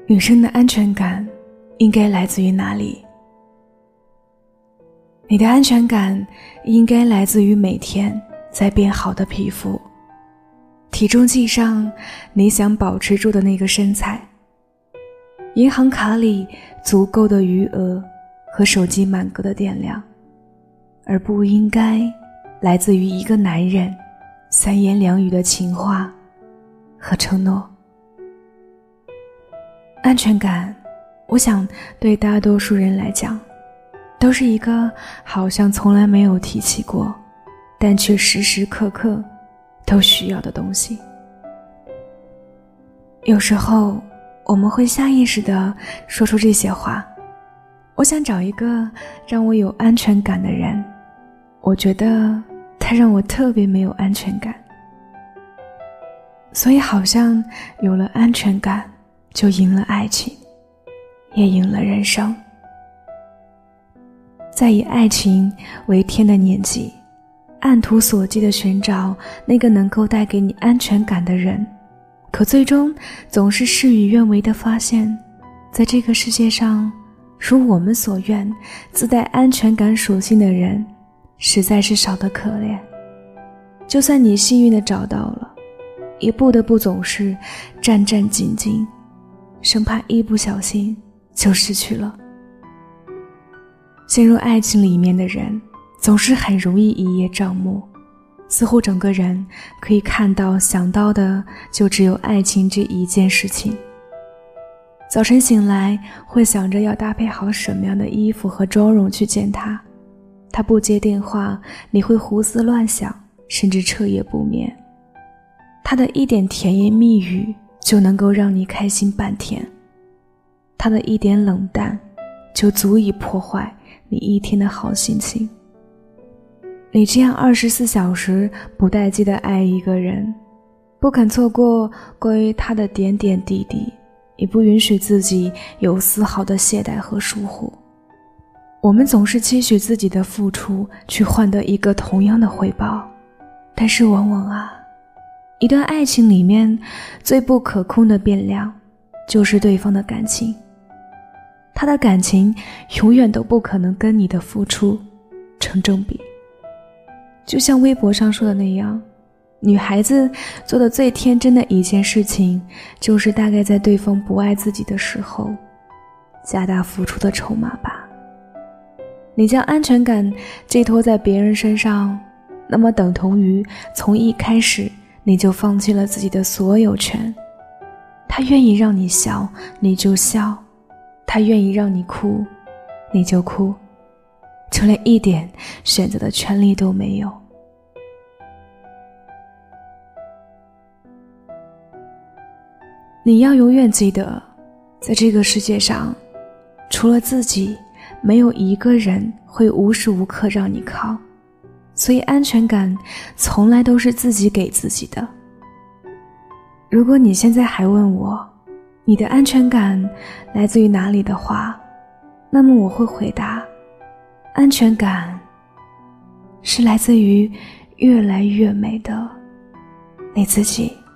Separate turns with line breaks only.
女生的安全感应该来自于哪里？你的安全感应该来自于每天在变好的皮肤，体重计上你想保持住的那个身材，银行卡里足够的余额和手机满格的电量，而不应该来自于一个男人三言两语的情话和承诺。安全感，我想对大多数人来讲，都是一个好像从来没有提起过，但却时时刻刻都需要的东西。有时候我们会下意识地说出这些话，我想找一个让我有安全感的人，我觉得他让我特别没有安全感，所以好像有了安全感就赢了爱情，也赢了人生。在以爱情为天的年纪，按图索骥地寻找那个能够带给你安全感的人，可最终总是事与愿违地发现，在这个世界上，如我们所愿自带安全感属性的人实在是少得可怜。就算你幸运地找到了，也不得不总是战战兢兢，生怕一不小心就失去了。陷入爱情里面的人总是很容易一叶障目，似乎整个人可以看到想到的就只有爱情这一件事情。早晨醒来会想着要搭配好什么样的衣服和妆容去见他，他不接电话你会胡思乱想，甚至彻夜不眠。他的一点甜言蜜语就能够让你开心半天，他的一点冷淡就足以破坏你一天的好心情。你这样24小时不待见地爱一个人，不肯错过关于他的点点滴滴，也不允许自己有丝毫的懈怠和疏忽。我们总是期许自己的付出去换得一个同样的回报，但是往往一段爱情里面最不可控的变量就是对方的感情，他的感情永远都不可能跟你的付出成正比。就像微博上说的那样，女孩子做的最天真的一件事情，就是大概在对方不爱自己的时候加大付出的筹码吧。你将安全感寄托在别人身上，那么等同于从一开始你就放弃了自己的所有权。他愿意让你笑你就笑，他愿意让你哭你就哭，就连一点选择的权利都没有。你要永远记得，在这个世界上，除了自己，没有一个人会无时无刻让你靠，所以安全感从来都是自己给自己的。如果你现在还问我，你的安全感来自于哪里的话，那么我会回答，安全感是来自于越来越美的你自己。